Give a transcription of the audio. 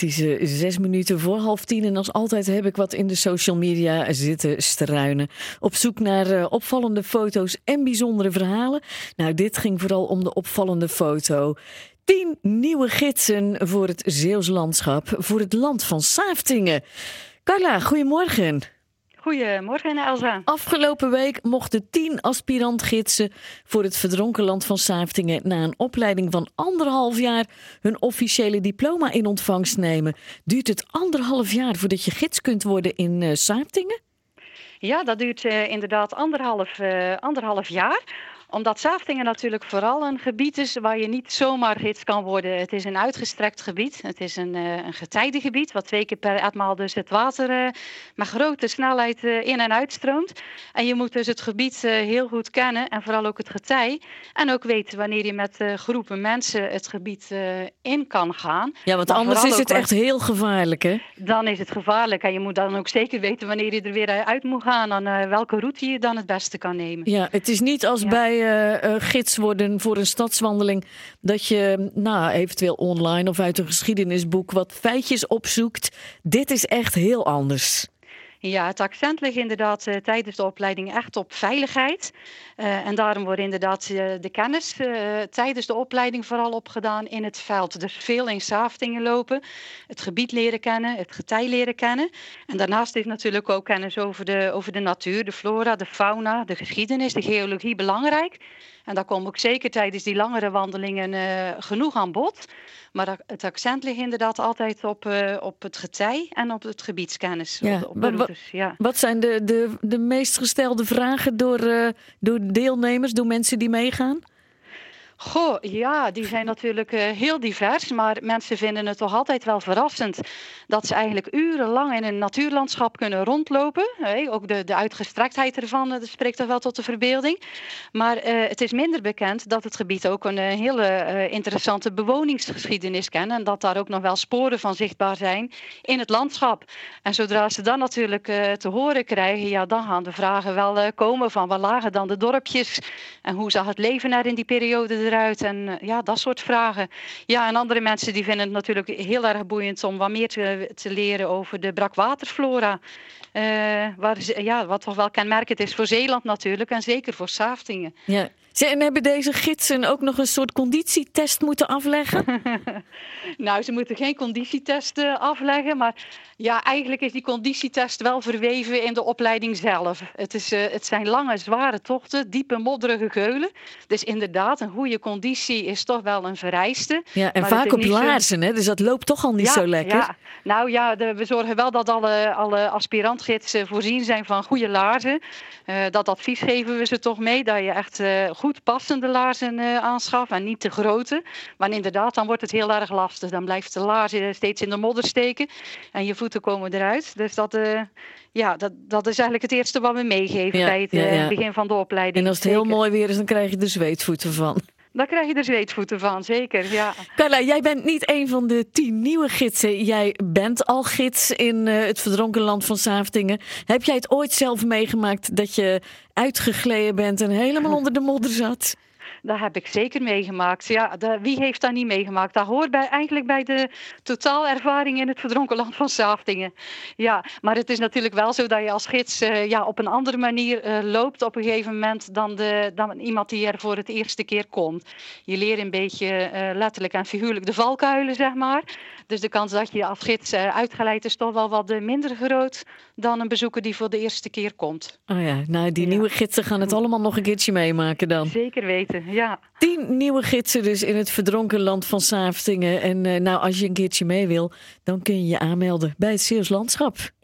is 6 minuten voor 9:30 en als altijd heb ik wat in de social media zitten struinen. Op zoek naar opvallende foto's en bijzondere verhalen. Nou, dit ging vooral om de opvallende foto. 10 nieuwe gidsen voor het Zeeuws landschap, voor het land van Saaftingen. Carla, goedemorgen. Goedemorgen, Elsa. Afgelopen week mochten 10 aspirant-gidsen voor het verdronken land van Saaftingen na een opleiding van 1,5 jaar hun officiële diploma in ontvangst nemen. Duurt het 1,5 jaar voordat je gids kunt worden in Saaftingen? Ja, dat duurt inderdaad anderhalf jaar. Omdat Saaftingen natuurlijk vooral een gebied is waar je niet zomaar gids kan worden. Het is een uitgestrekt gebied. Het is een getijdengebied, wat 2 keer per etmaal dus het water met grote snelheid in- en uitstroomt. En je moet dus het gebied heel goed kennen en vooral ook het getij. En ook weten wanneer je met groepen mensen het gebied in kan gaan. Ja, want anders is het echt heel gevaarlijk, hè? Dan is het gevaarlijk en je moet dan ook zeker weten wanneer je er weer uit moet gaan en welke route je dan het beste kan nemen. Ja, het is niet als bij gids worden voor een stadswandeling dat je eventueel online of uit een geschiedenisboek wat feitjes opzoekt. Dit is echt heel anders. Ja, het accent ligt inderdaad tijdens de opleiding echt op veiligheid. En daarom wordt inderdaad de kennis tijdens de opleiding vooral opgedaan in het veld. Dus veel in Saaftingen lopen, het gebied leren kennen, het getij leren kennen. En daarnaast is natuurlijk ook kennis over de natuur, de flora, de fauna, de geschiedenis, de geologie belangrijk. En daar komt ook zeker tijdens die langere wandelingen genoeg aan bod. Maar het accent ligt inderdaad altijd op het getij en op het gebiedskennis. Ja. Wat zijn de meest gestelde vragen door deelnemers, door mensen die meegaan? Goh, ja, die zijn natuurlijk heel divers, maar mensen vinden het toch altijd wel verrassend dat ze eigenlijk urenlang in een natuurlandschap kunnen rondlopen. Ook de uitgestrektheid ervan, dat spreekt toch wel tot de verbeelding. Maar het is minder bekend dat het gebied ook een hele interessante bewoningsgeschiedenis kent en dat daar ook nog wel sporen van zichtbaar zijn in het landschap. En zodra ze dan natuurlijk te horen krijgen, ja, dan gaan de vragen wel komen van waar lagen dan de dorpjes en hoe zag het leven er in die periode eruit en dat soort vragen. Ja, en andere mensen die vinden het natuurlijk heel erg boeiend om wat meer te leren over de brakwaterflora. Wat toch wel kenmerkend is voor Zeeland natuurlijk en zeker voor Saaftingen. Ja. En hebben deze gidsen ook nog een soort conditietest moeten afleggen? Nou, ze moeten geen conditietest afleggen, maar ja, eigenlijk is die conditietest wel verweven in de opleiding zelf. Het zijn lange, zware tochten, diepe, modderige geulen. Dus inderdaad, een goede conditie is toch wel een vereiste. Ja, en vaak op laarzen, hè? Dus dat loopt toch al niet zo lekker. Ja. Nou ja, we zorgen wel dat alle aspirantgidsen voorzien zijn van goede laarzen. Dat advies geven we ze toch mee, dat je echt goed passende laarzen aanschaft en niet te grote. Maar inderdaad, dan wordt het heel erg lastig. Dan blijft de laars steeds in de modder steken en je voeten komen eruit. Dus dat is eigenlijk het eerste wat we meegeven bij het begin van de opleiding. En als het heel mooi weer is, dan krijg je er zweetvoeten van. Daar krijg je er zweetvoeten van, zeker, ja. Carla, jij bent niet een van de 10 nieuwe gidsen. Jij bent al gids in het verdronken land van Saaftingen. Heb jij het ooit zelf meegemaakt dat je uitgegleden bent en helemaal onder de modder zat? Dat heb ik zeker meegemaakt. Ja, wie heeft dat niet meegemaakt? Dat hoort eigenlijk bij de totaalervaring in het verdronken land van Saaftingen. Ja, maar het is natuurlijk wel zo dat je als gids op een andere manier loopt op een gegeven moment dan iemand die er voor het eerste keer komt. Je leert een beetje letterlijk en figuurlijk de valkuilen, zeg maar. Dus de kans dat je als gids uitgeleid is toch wel wat minder groot dan een bezoeker die voor de eerste keer komt. Oh ja, nou die nieuwe gidsen gaan het allemaal nog een keertje meemaken dan. Zeker weten, ja. 10 nieuwe gidsen dus in het verdronken land van Saaftingen. En als je een keertje mee wil, dan kun je je aanmelden bij het Zeeuws Landschap.